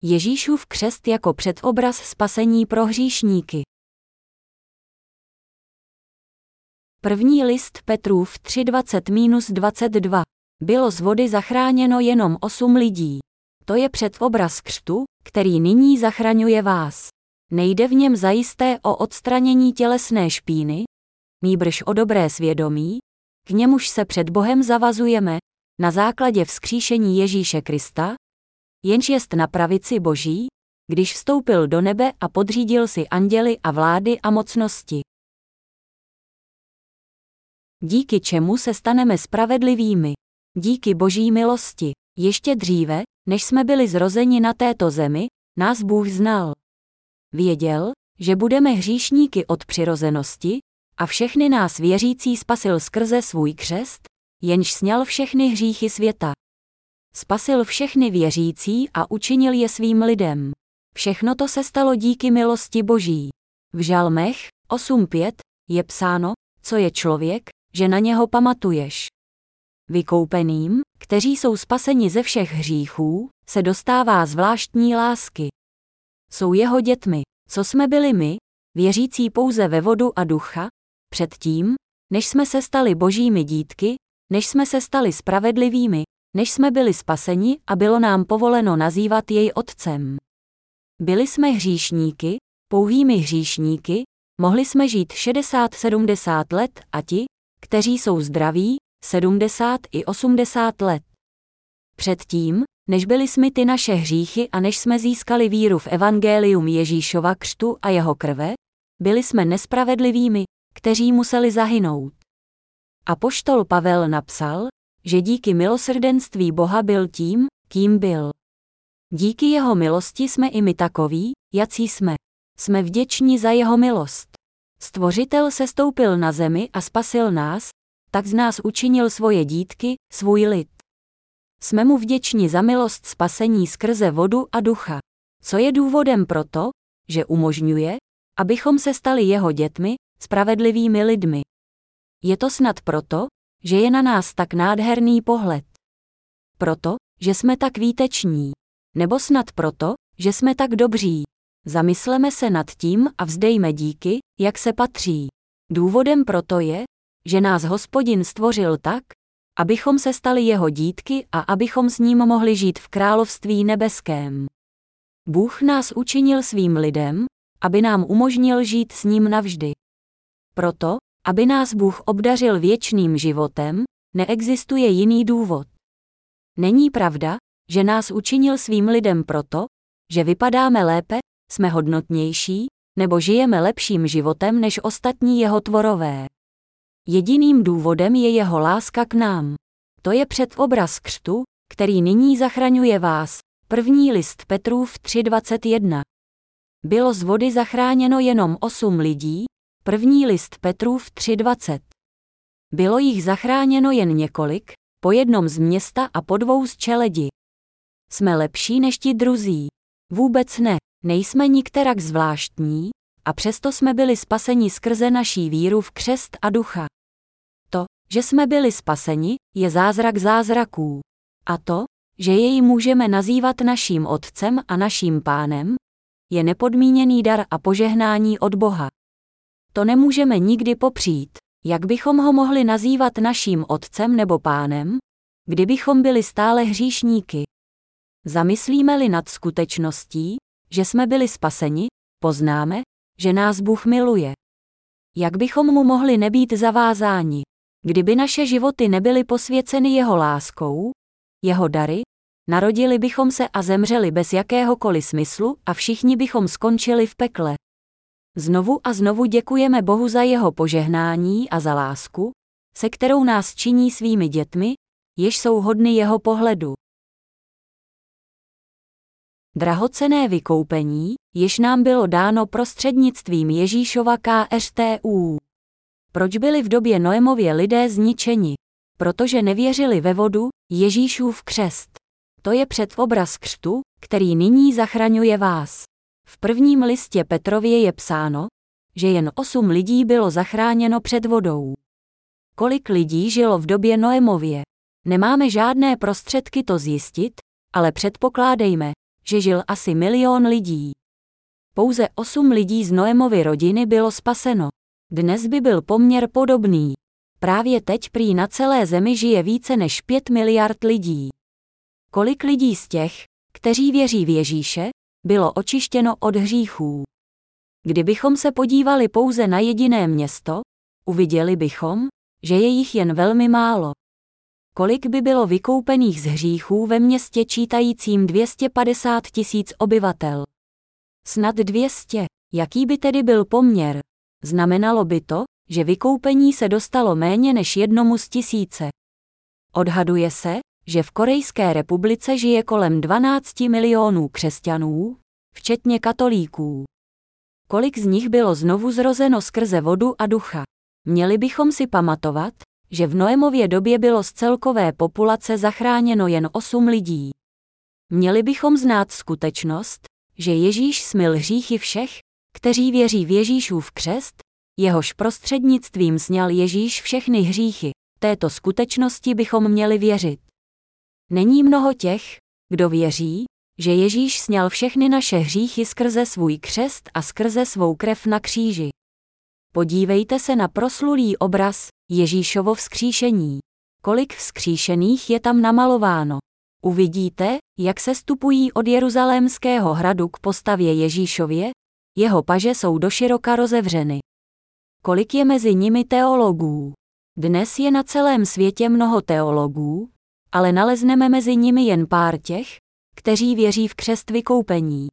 Ježíšův křest jako předobraz spasení pro hříšníky. První list Petrův 3:20-22. Bylo z vody zachráněno jenom 8 lidí. To je předobraz křtu, který nyní zachraňuje vás. Nejde v něm zajisté o odstranění tělesné špíny, nýbrž o dobré svědomí, k němuž se před Bohem zavazujeme, na základě vzkříšení Ježíše Krista, jenž jest na pravici Boží, když vstoupil do nebe a podřídil si anděly a vlády a mocnosti. Díky čemu se staneme spravedlivými? Díky Boží milosti. Ještě dříve, než jsme byli zrozeni na této zemi, nás Bůh znal. Věděl, že budeme hříšníky od přirozenosti, a všechny nás věřící spasil skrze svůj křest, jenž sňal všechny hříchy světa. Spasil všechny věřící a učinil je svým lidem. Všechno to se stalo díky milosti Boží. V Žalmech 8:5 je psáno, co je člověk, že na něho pamatuješ. Vykoupeným, kteří jsou spaseni ze všech hříchů, se dostává zvláštní lásky. Jsou jeho dětmi, co jsme byli my, věřící pouze ve vodu a ducha, předtím, než jsme se stali božími dítky, než jsme se stali spravedlivými, než jsme byli spaseni a bylo nám povoleno nazývat jej otcem. Byli jsme hříšníky, pouhými hříšníky, mohli jsme žít 60-70 let a ti, kteří jsou zdraví, 70 i 80 let. Předtím, než byly smyty naše hříchy a než jsme získali víru v evangelium Ježíšova křtu a jeho krve, byli jsme nespravedlivými, kteří museli zahynout. Apoštol Pavel napsal, že díky milosrdenství Boha byl tím, kým byl. Díky jeho milosti jsme i my takoví, jací jsme. Jsme vděční za jeho milost. Stvořitel sestoupil na zemi a spasil nás, tak z nás učinil svoje dítky, svůj lid. Jsme mu vděční za milost spasení skrze vodu a ducha. Co je důvodem proto, že umožňuje, abychom se stali jeho dětmi, spravedlivými lidmi. Je to snad proto, že je na nás tak nádherný pohled. Proto, že jsme tak výteční. Nebo snad proto, že jsme tak dobří. Zamysleme se nad tím a vzdejme díky, jak se patří. Důvodem proto je, že nás Hospodin stvořil tak, abychom se stali jeho dítky a abychom s ním mohli žít v království nebeském. Bůh nás učinil svým lidem, aby nám umožnil žít s ním navždy. Proto, aby nás Bůh obdařil věčným životem, neexistuje jiný důvod. Není pravda, že nás učinil svým lidem proto, že vypadáme lépe, jsme hodnotnější, nebo žijeme lepším životem než ostatní jeho tvorové. Jediným důvodem je jeho láska k nám. To je předobraz křtu, který nyní zachraňuje vás. První list Petrův 3:21. Bylo z vody zachráněno jenom 8 lidí. První list Petrův 3:20. Bylo jich zachráněno jen několik, po jednom z města a po 2 z čeledi. Jsme lepší než ti druzí. Vůbec ne, nejsme nikterak zvláštní, a přesto jsme byli spaseni skrze naší víru v křest a ducha. To, že jsme byli spaseni, je zázrak zázraků. A to, že jej můžeme nazývat naším Otcem a naším Pánem, je nepodmíněný dar a požehnání od Boha. To nemůžeme nikdy popřít, jak bychom ho mohli nazývat naším Otcem nebo Pánem, kdybychom byli stále hříšníky. Zamyslíme-li nad skutečností, že jsme byli spaseni, poznáme, že nás Bůh miluje. Jak bychom mu mohli nebýt zavázáni, kdyby naše životy nebyly posvěceny jeho láskou, jeho dary, narodili bychom se a zemřeli bez jakéhokoliv smyslu a všichni bychom skončili v pekle. Znovu a znovu děkujeme Bohu za jeho požehnání a za lásku, se kterou nás činí svými dětmi, jež jsou hodny jeho pohledu. Drahocenné vykoupení, jež nám bylo dáno prostřednictvím Ježíšova křtu. Proč byli v době Noemově lidé zničeni? Protože nevěřili ve vodu, Ježíšův křest. To je předobraz křtu, který nyní zachraňuje vás. V prvním listě Petrově je psáno, že jen 8 lidí bylo zachráněno před vodou. Kolik lidí žilo v době Noemově? Nemáme žádné prostředky to zjistit, ale předpokládejme, že žil asi 1 000 000 lidí. Pouze 8 lidí z Noemovy rodiny bylo spaseno. Dnes by byl poměr podobný. Právě teď prý na celé zemi žije více než 5 miliard lidí. Kolik lidí z těch, kteří věří v Ježíše, bylo očištěno od hříchů? Kdybychom se podívali pouze na jediné město, uviděli bychom, že je jich jen velmi málo. Kolik by bylo vykoupených z hříchů ve městě čítajícím 250 000 obyvatel? Snad 200. Jaký by tedy byl poměr? Znamenalo by to, že vykoupení se dostalo méně než 1 z 1000. Odhaduje se, že v Korejské republice žije kolem 12 milionů křesťanů, včetně katolíků. Kolik z nich bylo znovu zrozeno skrze vodu a ducha? Měli bychom si pamatovat, že v Noemově době bylo z celkové populace zachráněno jen 8 lidí. Měli bychom znát skutečnost, že Ježíš smyl hříchy všech, kteří věří v Ježíšův křest, jehož prostřednictvím sňal Ježíš všechny hříchy. Této skutečnosti bychom měli věřit. Není mnoho těch, kdo věří, že Ježíš sňal všechny naše hříchy skrze svůj křest a skrze svou krev na kříži. Podívejte se na proslulý obraz Ježíšovo vzkříšení. Kolik vzkříšených je tam namalováno. Uvidíte, jak se stupují od Jeruzalémského hradu k postavě Ježíšově, jeho paže jsou doširoka rozevřeny. Kolik je mezi nimi teologů? Dnes je na celém světě mnoho teologů, ale nalezneme mezi nimi jen pár těch, kteří věří v křest vykoupení.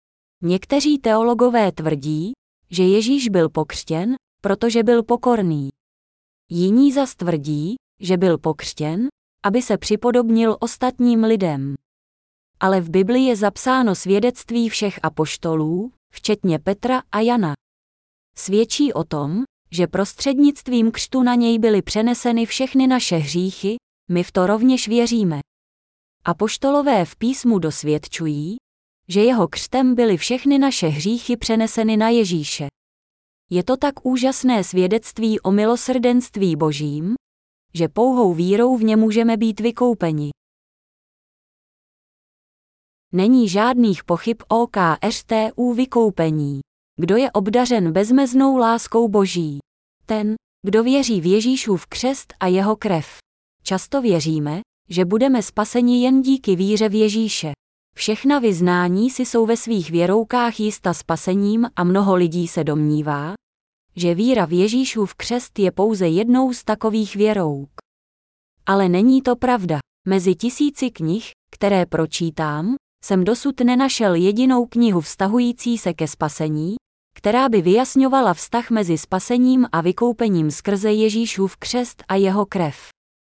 Někteří teologové tvrdí, že Ježíš byl pokřtěn, protože byl pokorný. Jiní zas tvrdí, že byl pokřtěn, aby se připodobnil ostatním lidem. Ale v Bibli je zapsáno svědectví všech apoštolů, včetně Petra a Jana. Svědčí o tom, že prostřednictvím křtu na něj byly přeneseny všechny naše hříchy, my v to rovněž věříme. Apoštolové v písmu dosvědčují, že jeho křtem byly všechny naše hříchy přeneseny na Ježíše. Je to tak úžasné svědectví o milosrdenství Božím, že pouhou vírou v ně můžeme být vykoupeni. Není žádných pochyb o KRTU vykoupení. Kdo je obdařen bezmeznou láskou Boží? Ten, kdo věří v Ježíšův křest a jeho krev. Často věříme, že budeme spaseni jen díky víře v Ježíše. Všechna vyznání si jsou ve svých věroukách jista spasením a mnoho lidí se domnívá, že víra v Ježíšův křest je pouze jednou z takových věrouk. Ale není to pravda. Mezi 1000 knih, které pročítám, jsem dosud nenašel jedinou knihu vztahující se ke spasení, která by vyjasňovala vztah mezi spasením a vykoupením skrze Ježíšův křest a jeho krev.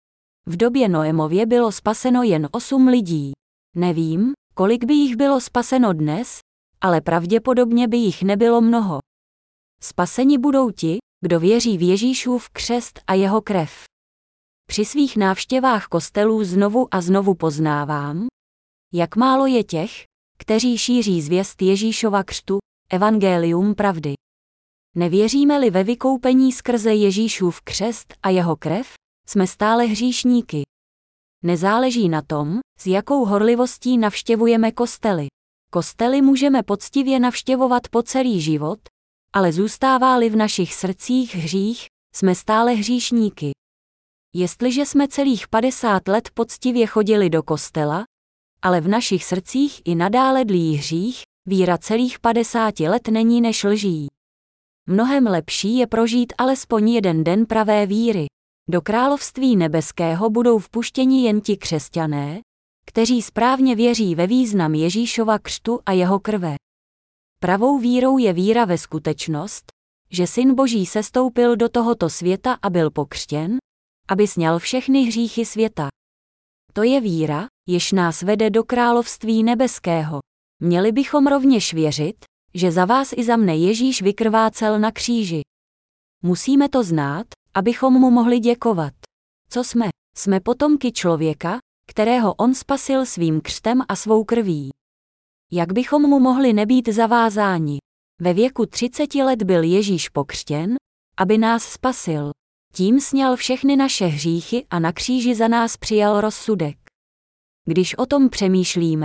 V době Noemově bylo spaseno jen 8 lidí. Nevím, kolik by jich bylo spaseno dnes, ale pravděpodobně by jich nebylo mnoho. Spaseni budou ti, kdo věří v Ježíšův křest a jeho krev. Při svých návštěvách kostelů znovu a znovu poznávám, jak málo je těch, kteří šíří zvěst Ježíšova křtu, evangelium pravdy. Nevěříme-li ve vykoupení skrze Ježíšův křest a jeho krev, jsme stále hříšníky. Nezáleží na tom, s jakou horlivostí navštěvujeme kostely. Kostely můžeme poctivě navštěvovat po celý život, ale zůstává-li v našich srdcích hřích, jsme stále hříšníky. Jestliže jsme celých 50 let poctivě chodili do kostela, ale v našich srdcích i nadále dlí hřích, víra celých 50 let není než lží. Mnohem lepší je prožít alespoň jeden den pravé víry. Do království nebeského budou vpuštěni jen ti křesťané, kteří správně věří ve význam Ježíšova křtu a jeho krve. Pravou vírou je víra ve skutečnost, že Syn Boží sestoupil do tohoto světa a byl pokřtěn, aby sňal všechny hříchy světa. To je víra, jež nás vede do království nebeského. Měli bychom rovněž věřit, že za vás i za mne Ježíš vykrvácel na kříži. Musíme to znát, abychom mu mohli děkovat. Co jsme? Jsme potomky člověka, kterého on spasil svým křtem a svou krví. Jak bychom mu mohli nebýt zavázáni? Ve věku 30 let byl Ježíš pokřtěn, aby nás spasil. Tím sňal všechny naše hříchy a na kříži za nás přijal rozsudek. Když o tom přemýšlíme,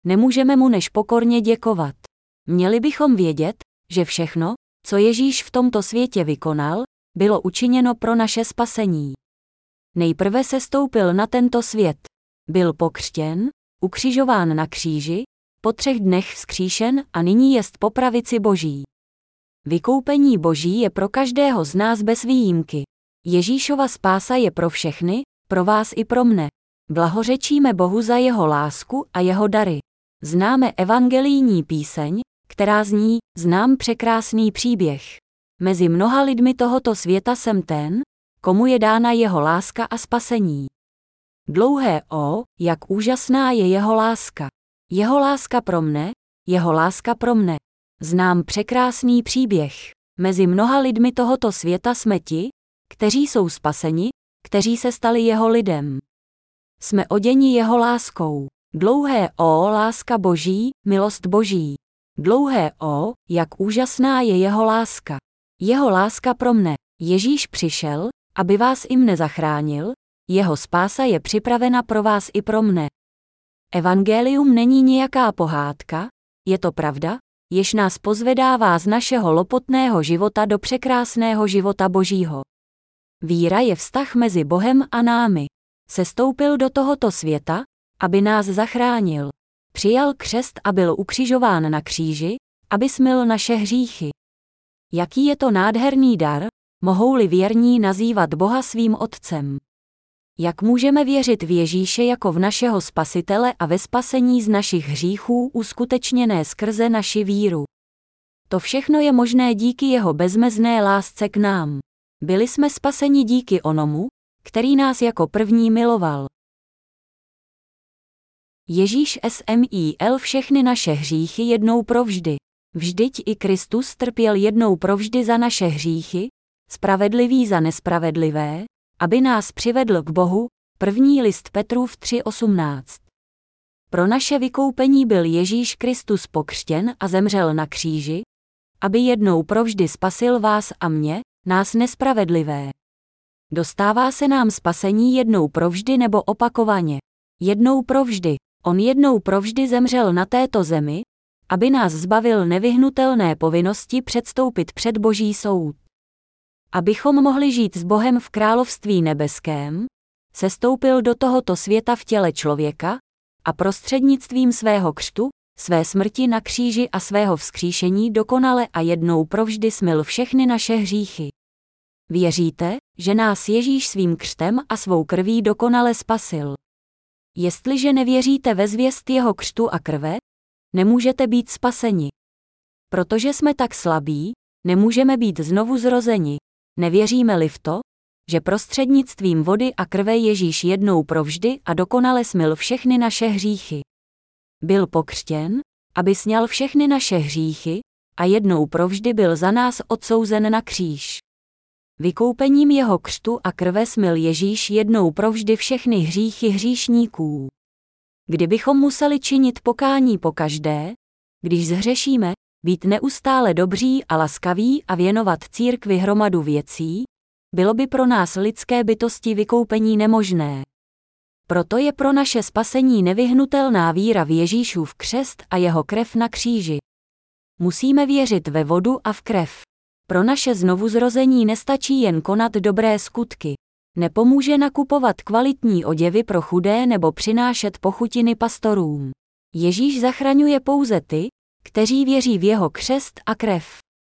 nemůžeme mu než pokorně děkovat. Měli bychom vědět, že všechno, co Ježíš v tomto světě vykonal, bylo učiněno pro naše spasení. Nejprve sestoupil na tento svět. Byl pokřtěn, ukřižován na kříži, po 3 dnech vzkříšen a nyní jest po pravici Boží. Vykoupení Boží je pro každého z nás bez výjimky. Ježíšova spása je pro všechny, pro vás i pro mne. Blahořečíme Bohu za jeho lásku a jeho dary. Známe evangelijní píseň, která zní: Znám překrásný příběh. Mezi mnoha lidmi tohoto světa jsem ten, komu je dána jeho láska a spasení. Dlouhé o, jak úžasná je jeho láska. Jeho láska pro mne, jeho láska pro mne. Znám překrásný příběh. Mezi mnoha lidmi tohoto světa jsme ti, kteří jsou spaseni, kteří se stali jeho lidem. Jsme oděni jeho láskou. Dlouhé o, láska Boží, milost Boží. Dlouhé o, jak úžasná je jeho láska. Jeho láska pro mne. Ježíš přišel, aby vás i mne zachránil, jeho spása je připravena pro vás i pro mne. Evangelium není nějaká pohádka, je to pravda, jež nás pozvedává z našeho lopotného života do překrásného života Božího. Víra je vztah mezi Bohem a námi. Sestoupil do tohoto světa, aby nás zachránil. Přijal křest a byl ukřižován na kříži, aby smyl naše hříchy. Jaký je to nádherný dar, mohou-li věrní nazývat Boha svým Otcem. Jak můžeme věřit v Ježíše jako v našeho Spasitele a ve spasení z našich hříchů uskutečněné skrze naši víru? To všechno je možné díky jeho bezmezné lásce k nám. Byli jsme spaseni díky onomu, který nás jako první miloval. Ježíš smil všechny naše hříchy jednou provždy. Vždyť i Kristus trpěl jednou provždy za naše hříchy, spravedlivý za nespravedlivé, aby nás přivedl k Bohu. 1. list Petrův 3:18. Pro naše vykoupení byl Ježíš Kristus pokřtěn a zemřel na kříži, aby jednou provždy spasil vás a mě, nás nespravedlivé. Dostává se nám spasení jednou provždy nebo opakovaně? Jednou provždy. On jednou provždy zemřel na této zemi, aby nás zbavil nevyhnutelné povinnosti předstoupit před Boží soud. Abychom mohli žít s Bohem v království nebeském, sestoupil do tohoto světa v těle člověka a prostřednictvím svého křtu, své smrti na kříži a svého vzkříšení dokonale a jednou provždy smyl všechny naše hříchy. Věříte, že nás Ježíš svým křtem a svou krví dokonale spasil? Jestliže nevěříte ve zvěst jeho křtu a krve, nemůžete být spaseni. Protože jsme tak slabí, nemůžeme být znovu zrozeni. Nevěříme-li v to, že prostřednictvím vody a krve Ježíš jednou provždy a dokonale smyl všechny naše hříchy. Byl pokřtěn, aby sňal všechny naše hříchy, a jednou provždy byl za nás odsouzen na kříž. Vykoupením jeho křtu a krve smyl Ježíš jednou provždy všechny hříchy hříšníků. Kdybychom museli činit pokání pokaždé, když zhřešíme, být neustále dobří a laskaví a věnovat církvi hromadu věcí, bylo by pro nás lidské bytosti vykoupení nemožné. Proto je pro naše spasení nevyhnutelná víra v Ježíšův křest a jeho krev na kříži. Musíme věřit ve vodu a v krev. Pro naše znovuzrození nestačí jen konat dobré skutky. Nepomůže nakupovat kvalitní oděvy pro chudé nebo přinášet pochutiny pastorům. Ježíš zachraňuje pouze ty, kteří věří v jeho křest a krev.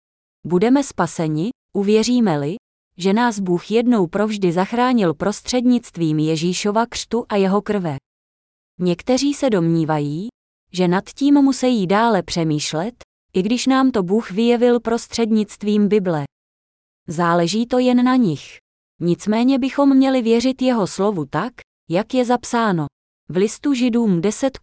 Budeme spaseni, uvěříme-li, že nás Bůh jednou provždy zachránil prostřednictvím Ježíšova křtu a jeho krve. Někteří se domnívají, že nad tím musí dále přemýšlet, i když nám to Bůh vyjevil prostřednictvím Bible. Záleží to jen na nich. Nicméně bychom měli věřit jeho slovu tak, jak je zapsáno. V listu Židům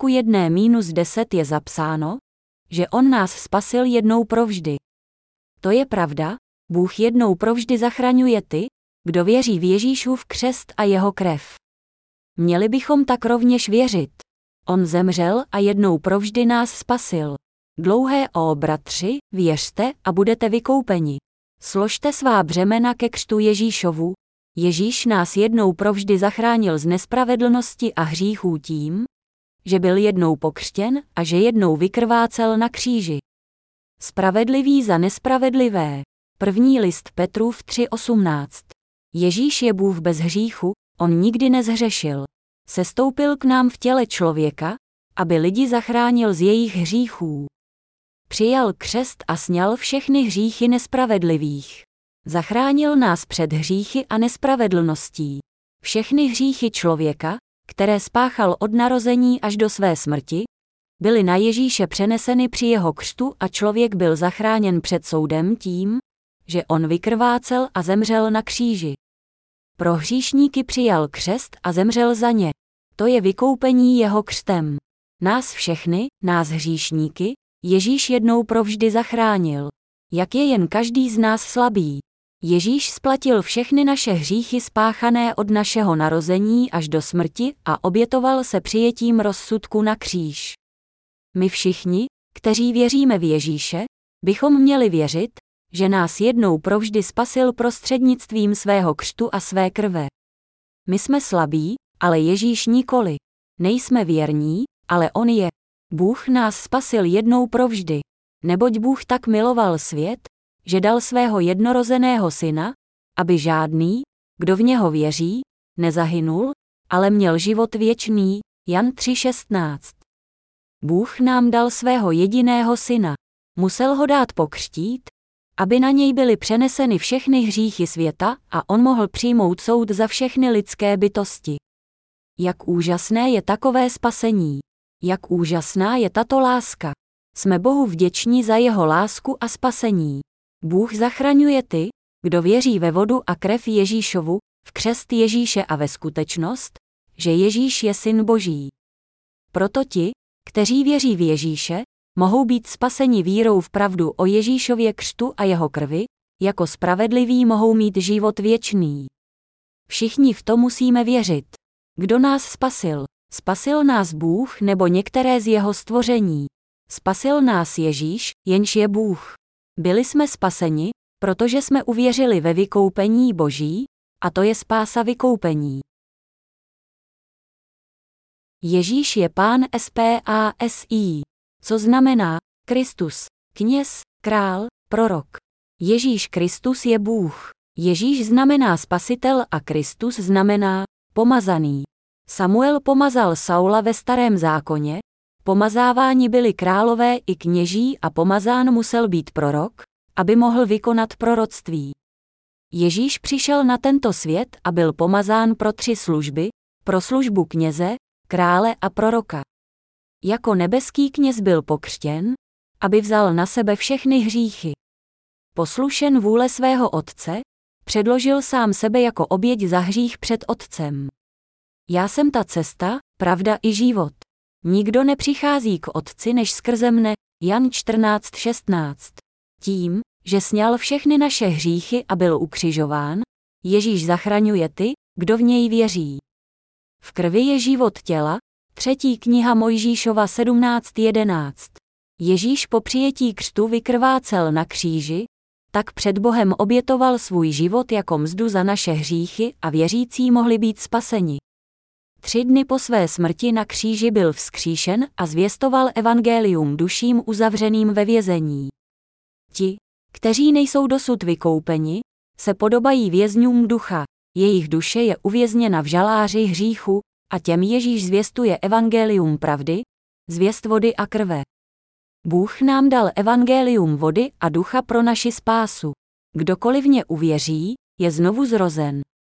10:1-10 je zapsáno, že on nás spasil jednou provždy. To je pravda, Bůh jednou provždy zachraňuje ty, kdo věří v Ježíšův křest a jeho krev. Měli bychom tak rovněž věřit. On zemřel a jednou provždy nás spasil. Dlouhé o bratři, věřte a budete vykoupeni. Složte svá břemena ke křtu Ježíšovu. Ježíš nás jednou provždy zachránil z nespravedlnosti a hříchů tím, že byl jednou pokřtěn a že jednou vykrvácel na kříži. Spravedlivý za nespravedlivé. První list Petrův 3:18. Ježíš je Bůh bez hříchu, on nikdy nezhřešil. Sestoupil k nám v těle člověka, aby lidi zachránil z jejich hříchů. Přijal křest a sňal všechny hříchy nespravedlivých. Zachránil nás před hříchy a nespravedlností. Všechny hříchy člověka, které spáchal od narození až do své smrti, byly na Ježíše přeneseny při jeho křtu a člověk byl zachráněn před soudem tím, že on vykrvácel a zemřel na kříži. Pro hříšníky přijal křest a zemřel za ně. To je vykoupení jeho křtem. Nás všechny, nás hříšníky, Ježíš jednou provždy zachránil. Jak je jen každý z nás slabý. Ježíš splatil všechny naše hříchy spáchané od našeho narození až do smrti a obětoval se přijetím rozsudku na kříž. My všichni, kteří věříme v Ježíše, bychom měli věřit, že nás jednou provždy spasil prostřednictvím svého křtu a své krve. My jsme slabí, ale Ježíš nikoli. Nejsme věrní, ale on je. Bůh nás spasil jednou provždy. Neboť Bůh tak miloval svět, že dal svého jednorozeného syna, aby žádný, kdo v něho věří, nezahynul, ale měl život věčný. Jan 3:16. Bůh nám dal svého jediného syna. Musel ho dát pokřtít, aby na něj byly přeneseny všechny hříchy světa a on mohl přijmout soud za všechny lidské bytosti. Jak úžasné je takové spasení. Jak úžasná je tato láska. Jsme Bohu vděční za jeho lásku a spasení. Bůh zachraňuje ty, kdo věří ve vodu a krev Ježíšovu, v křest Ježíše a ve skutečnost, že Ježíš je Syn Boží. Proto ti, kteří věří v Ježíše, mohou být spaseni vírou v pravdu o Ježíšově křtu a jeho krvi, jako spravedliví mohou mít život věčný. Všichni v to musíme věřit. Kdo nás spasil? Spasil nás Bůh nebo některé z jeho stvoření? Spasil nás Ježíš, jenž je Bůh. Byli jsme spaseni, protože jsme uvěřili ve vykoupení Boží, a to je spása vykoupení. Ježíš je Pán spasi. Co znamená Kristus, kněz, král, prorok. Ježíš Kristus je Bůh. Ježíš znamená spasitel a Kristus znamená pomazaný. Samuel pomazal Saula ve Starém zákoně, pomazáváni byli králové i kněží a pomazán musel být prorok, aby mohl vykonat proroctví. Ježíš přišel na tento svět a byl pomazán pro 3 služby, pro službu kněze, krále a proroka. Jako nebeský kněz byl pokřtěn, aby vzal na sebe všechny hříchy. Poslušen vůle svého Otce, předložil sám sebe jako oběť za hřích před Otcem. Já jsem ta cesta, pravda i život. Nikdo nepřichází k Otci než skrze mne. Jan 14:16. Tím, že sňal všechny naše hříchy a byl ukřižován, Ježíš zachraňuje ty, kdo v něj věří. V krvi je život těla. 3. kniha Mojžíšova 17:11. Ježíš po přijetí křtu vykrvácel na kříži, tak před Bohem obětoval svůj život jako mzdu za naše hříchy a věřící mohli být spaseni. 3 dny po své smrti na kříži byl vzkříšen a zvěstoval evangelium duším uzavřeným ve vězení. Ti, kteří nejsou dosud vykoupeni, se podobají vězňům ducha, jejich duše je uvězněna v žaláři hříchu, a těm Ježíš zvěstuje evangelium pravdy, zvěst vody a krve. Bůh nám dal evangelium vody a ducha pro naši spásu. Kdokoliv v ně uvěří, je znovu zrozen.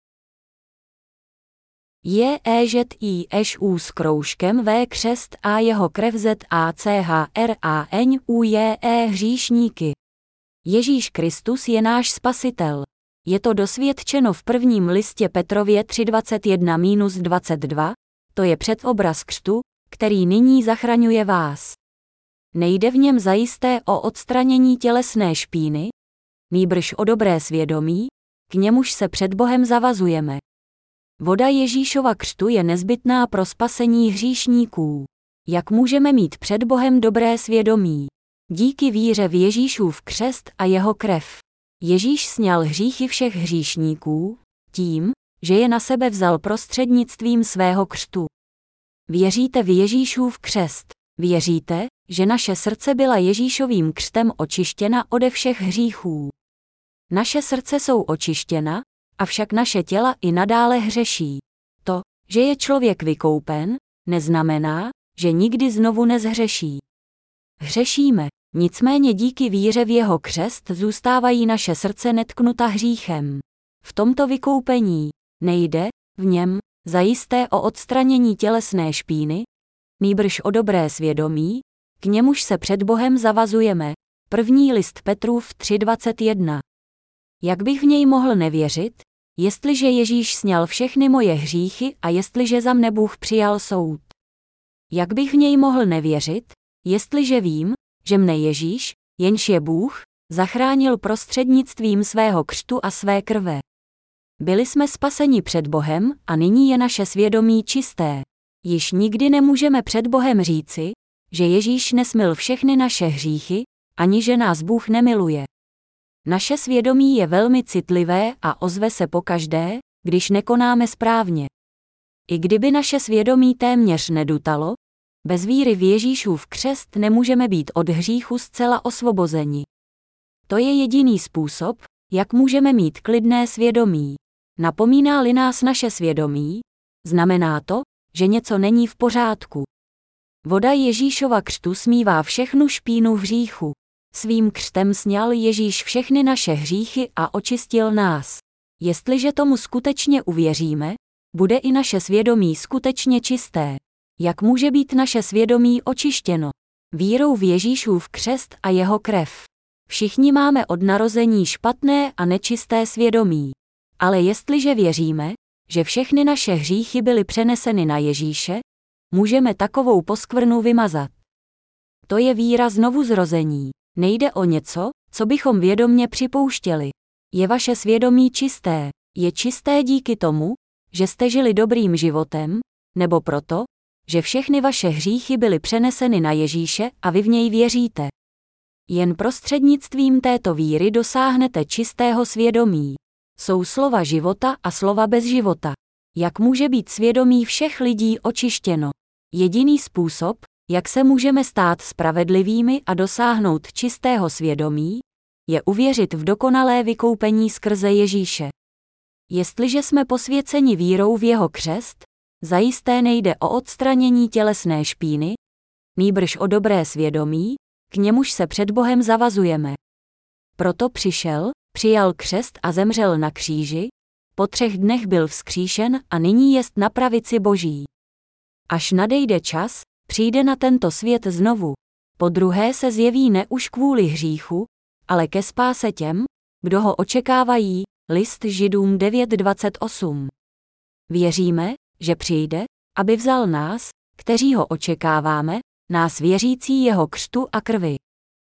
Je éžet i eš s kroužkem v křest a jeho krev zachránuje hříšníky. Ježíš Kristus je náš spasitel. Je to dosvědčeno v prvním listě Petrově 3:21-22, to je předobraz křtu, který nyní zachraňuje vás. Nejde v něm zajisté o odstranění tělesné špíny, nýbrž o dobré svědomí, k němuž se před Bohem zavazujeme. Voda Ježíšova křtu je nezbytná pro spasení hříšníků. Jak můžeme mít před Bohem dobré svědomí? Díky víře v Ježíšův křest a jeho krev. Ježíš sňal hříchy všech hříšníků, tím, že je na sebe vzal prostřednictvím svého křtu. Věříte v Ježíšův křest. Věříte, že naše srdce byla Ježíšovým křtem očištěna ode všech hříchů. Naše srdce jsou očištěna, avšak naše těla i nadále hřeší. To, že je člověk vykoupen, neznamená, že nikdy znovu nezhřeší. Hřešíme, nicméně díky víře v jeho křest zůstávají naše srdce netknuta hříchem. V tomto vykoupení nejde, v něm, zajisté o odstranění tělesné špíny, nýbrž o dobré svědomí, k němuž se před Bohem zavazujeme. 1. list Petrův 3:21. Jak bych v něj mohl nevěřit, jestliže Ježíš sňal všechny moje hříchy a jestliže za mne Bůh přijal soud? Jak bych v něj mohl nevěřit, jestliže vím, že mne Ježíš, jenž je Bůh, zachránil prostřednictvím svého křtu a své krve? Byli jsme spaseni před Bohem a nyní je naše svědomí čisté. Již nikdy nemůžeme před Bohem říci, že Ježíš nesmyl všechny naše hříchy, ani že nás Bůh nemiluje. Naše svědomí je velmi citlivé a ozve se pokaždé, když nekonáme správně. I kdyby naše svědomí téměř nedutalo, bez víry v Ježíšův křest nemůžeme být od hříchu zcela osvobozeni. To je jediný způsob, jak můžeme mít klidné svědomí. Napomíná-li nás naše svědomí, znamená to, že něco není v pořádku. Voda Ježíšova křtu smívá všechnu špínu hříchu. Svým křtem sňal Ježíš všechny naše hříchy a očistil nás. Jestliže tomu skutečně uvěříme, bude i naše svědomí skutečně čisté. Jak může být naše svědomí očištěno? Vírou v Ježíšův křest a jeho krev. Všichni máme od narození špatné a nečisté svědomí. Ale jestliže věříme, že všechny naše hříchy byly přeneseny na Ježíše, můžeme takovou poskvrnu vymazat. To je víra znovuzrození. Nejde o něco, co bychom vědomně připouštěli. Je vaše svědomí čisté? Je čisté díky tomu, že jste žili dobrým životem, nebo proto, že všechny vaše hříchy byly přeneseny na Ježíše a vy v něj věříte? Jen prostřednictvím této víry dosáhnete čistého svědomí. Jsou slova života a slova bez života. Jak může být svědomí všech lidí očištěno? Jediný způsob, jak se můžeme stát spravedlivými a dosáhnout čistého svědomí, je uvěřit v dokonalé vykoupení skrze Ježíše. Jestliže jsme posvěceni vírou v jeho křest, zajisté nejde o odstranění tělesné špíny, nýbrž o dobré svědomí, k němuž se před Bohem zavazujeme. Proto přišel, přijal křest a zemřel na kříži, po 3 dnech byl vzkříšen a nyní jest na pravici Boží. Až nadejde čas, přijde na tento svět znovu. Podruhé se zjeví ne už kvůli hříchu, ale ke spáse těm, kdo ho očekávají. List Židům 9:28. Věříme, že přijde, aby vzal nás, kteří ho očekáváme, nás věřící jeho křtu a krvi.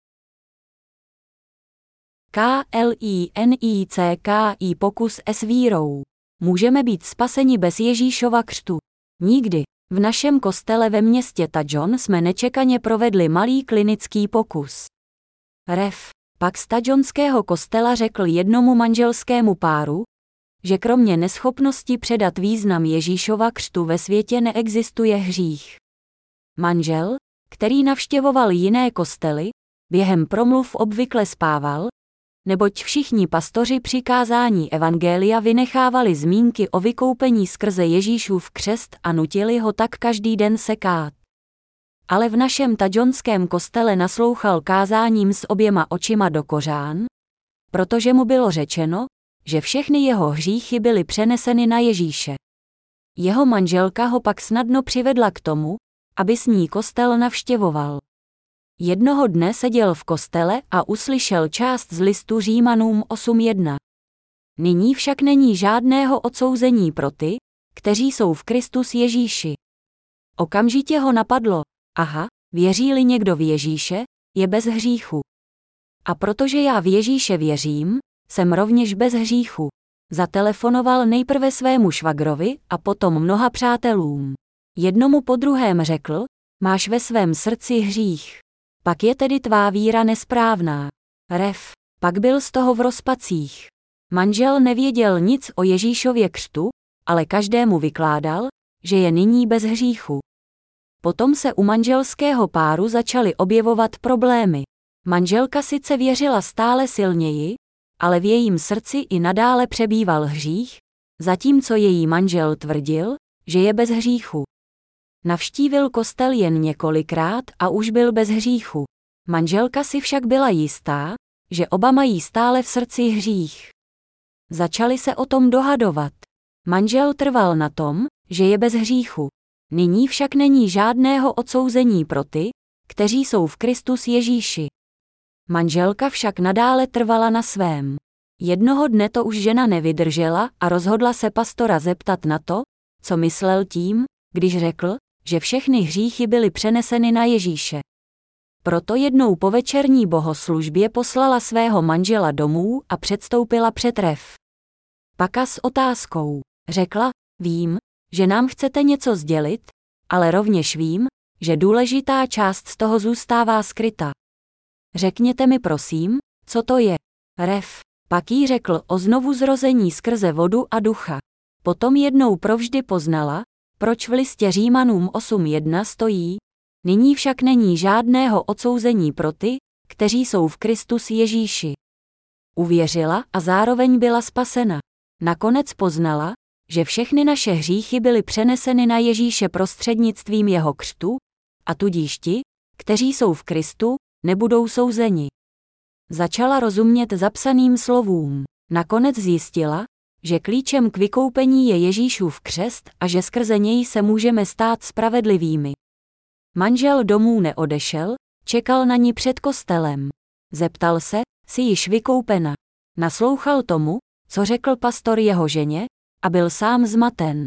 KLINICKI pokus s vírou. Můžeme být spaseni bez Ježíšova křtu? Nikdy. V našem kostele ve městě Tajon jsme nečekaně provedli malý klinický pokus. Rev. Pak z tajonského kostela řekl jednomu manželskému páru, že kromě neschopnosti předat význam Ježíšova křtu ve světě neexistuje hřích. Manžel, který navštěvoval jiné kostely, během promluv obvykle spával, neboť všichni pastoři při kázání evangelia vynechávali zmínky o vykoupení skrze Ježíšův křest a nutili ho tak každý den se kát. Ale v našem tajonském kostele naslouchal kázáním s oběma očima do kořán, protože mu bylo řečeno, že všechny jeho hříchy byly přeneseny na Ježíše. Jeho manželka ho pak snadno přivedla k tomu, aby s ní kostel navštěvoval. Jednoho dne seděl v kostele a uslyšel část z listu Římanům 8:1. Nyní však není žádného odsouzení pro ty, kteří jsou v Kristus Ježíši. Okamžitě ho napadlo, aha, věří-li někdo v Ježíše, je bez hříchu. A protože já v Ježíše věřím, jsem rovněž bez hříchu. Zatelefonoval nejprve svému švagrovi a potom mnoha přátelům. Jednomu po druhém řekl, máš ve svém srdci hřích. Pak je tedy tvá víra nesprávná. Rev. Pak byl z toho v rozpacích. Manžel nevěděl nic o Ježíšově křtu, ale každému vykládal, že je nyní bez hříchu. Potom se u manželského páru začaly objevovat problémy. Manželka sice věřila stále silněji, ale v jejím srdci i nadále přebýval hřích, zatímco její manžel tvrdil, že je bez hříchu. Navštívil kostel jen několikrát a už byl bez hříchu. Manželka si však byla jistá, že oba mají stále v srdci hřích. Začali se o tom dohadovat. Manžel trval na tom, že je bez hříchu. Nyní však není žádného odsouzení pro ty, kteří jsou v Kristus Ježíši. Manželka však nadále trvala na svém. Jednoho dne to už žena nevydržela a rozhodla se pastora zeptat na to, co myslel tím, když řekl, že všechny hříchy byly přeneseny na Ježíše. Proto jednou po večerní bohoslužbě poslala svého manžela domů a předstoupila před Rev. Paka s otázkou. Řekla, vím, že nám chcete něco sdělit, ale rovněž vím, že důležitá část z toho zůstává skryta. Řekněte mi prosím, co to je. Rev. Pak jí řekl o znovuzrození skrze vodu a ducha. Potom jednou provždy poznala, proč v listě Římanům 8:1 stojí, nyní však není žádného odsouzení pro ty, kteří jsou v Kristus Ježíši. Uvěřila a zároveň byla spasena. Nakonec poznala, že všechny naše hříchy byly přeneseny na Ježíše prostřednictvím jeho křtu, a tudíž ti, kteří jsou v Kristu, nebudou souzeni. Začala rozumět zapsaným slovům. Nakonec zjistila, že klíčem k vykoupení je Ježíšův křest a že skrze něj se můžeme stát spravedlivými. Manžel domů neodešel, čekal na ní před kostelem. Zeptal se, jsi již vykoupena. Naslouchal tomu, co řekl pastor jeho ženě, a byl sám zmaten.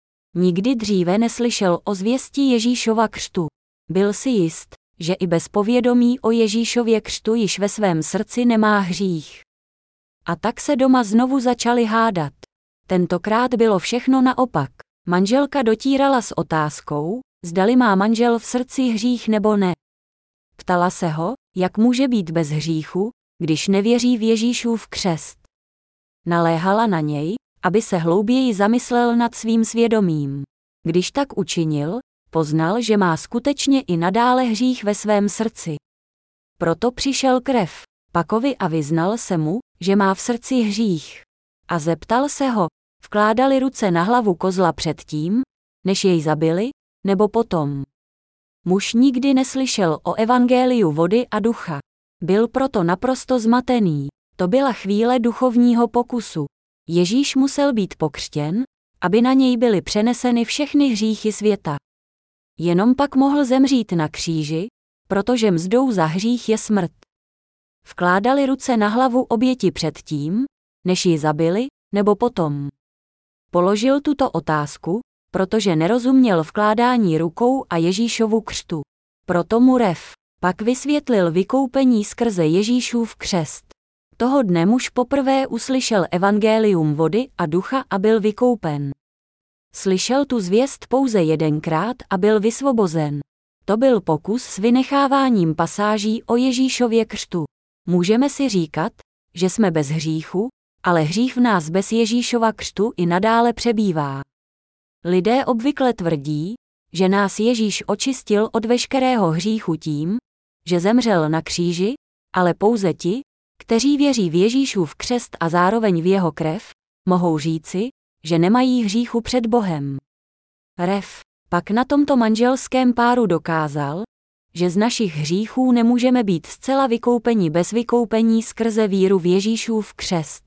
Nikdy dříve neslyšel o zvěsti Ježíšova křtu. Byl si jist, že i bez povědomí o Ježíšově křtu již ve svém srdci nemá hřích. A tak se doma znovu začali hádat. Tentokrát bylo všechno naopak. Manželka dotírala s otázkou, zdali má manžel v srdci hřích nebo ne. Ptala se ho, jak může být bez hříchu, když nevěří v Ježíšův křest. Naléhala na něj, aby se hlouběji zamyslel nad svým svědomím. Když tak učinil, poznal, že má skutečně i nadále hřích ve svém srdci. Proto přišel k Rev. Pakovi a vyznal se mu, že má v srdci hřích. A zeptal se ho, vkládali ruce na hlavu kozla předtím, než jej zabili, nebo potom. Muž nikdy neslyšel o evangeliu vody a ducha. Byl proto naprosto zmatený. To byla chvíle duchovního pokusu. Ježíš musel být pokřtěn, aby na něj byly přeneseny všechny hříchy světa. Jenom pak mohl zemřít na kříži, protože mzdou za hřích je smrt. Vkládali ruce na hlavu oběti předtím, než ji zabili, nebo potom. Položil tuto otázku, protože nerozuměl vkládání rukou a Ježíšovu křtu. Proto mu Rev pak vysvětlil vykoupení skrze Ježíšův křest. Toho dne muž poprvé uslyšel evangelium vody a ducha a byl vykoupen. Slyšel tu zvěst pouze jedenkrát a byl vysvobozen. To byl pokus s vynecháváním pasáží o Ježíšově křtu. Můžeme si říkat, že jsme bez hříchu, ale hřích v nás bez Ježíšova křtu i nadále přebývá. Lidé obvykle tvrdí, že nás Ježíš očistil od veškerého hříchu tím, že zemřel na kříži, ale pouze ti, kteří věří v Ježíšův křest a zároveň v jeho krev, mohou říci, že nemají hříchu před Bohem. Rev pak na tomto manželském páru dokázal, že z našich hříchů nemůžeme být zcela vykoupeni bez vykoupení skrze víru v Ježíšův křest.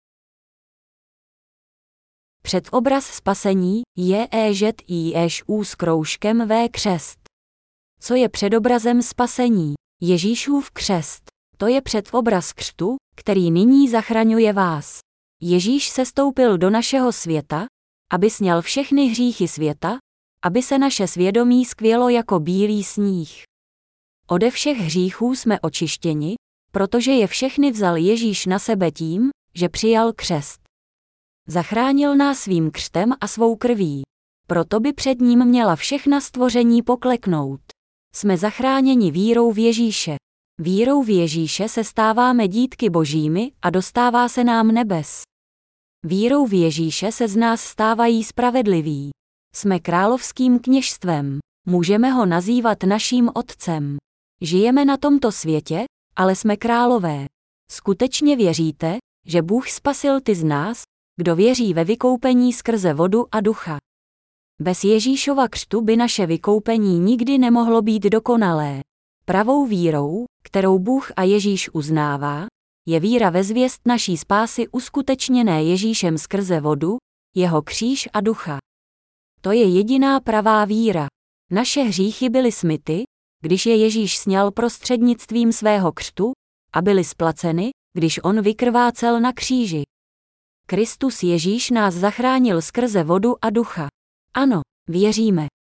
Předobraz spasení je EŽIŠU s kroužkem V křest. Co je předobrazem spasení? Ježíšův křest. To je předobraz křtu, který nyní zachraňuje vás. Ježíš sestoupil do našeho světa, aby sňal všechny hříchy světa, aby se naše svědomí skvělo jako bílý sníh. Ode všech hříchů jsme očištěni, protože je všechny vzal Ježíš na sebe tím, že přijal křest. Zachránil nás svým křtem a svou krví. Proto by před ním měla všechna stvoření pokleknout. Jsme zachráněni vírou v Ježíše. Vírou v Ježíše se stáváme dítky božími a dostává se nám nebes. Vírou v Ježíše se z nás stávají spravedliví. Jsme královským kněžstvem. Můžeme ho nazývat naším otcem. Žijeme na tomto světě, ale jsme králové. Skutečně věříte, že Bůh spasil ty z nás, kdo věří ve vykoupení skrze vodu a ducha? Bez Ježíšova křtu by naše vykoupení nikdy nemohlo být dokonalé. Pravou vírou, kterou Bůh a Ježíš uznává, je víra ve zvěst naší spásy uskutečněné Ježíšem skrze vodu, jeho kříž a ducha. To je jediná pravá víra. Naše hříchy byly smyty, když je Ježíš sňal prostřednictvím svého křtu, a byly splaceny, když on vykrvácel na kříži. Kristus Ježíš nás zachránil skrze vodu a ducha. Ano, věříme.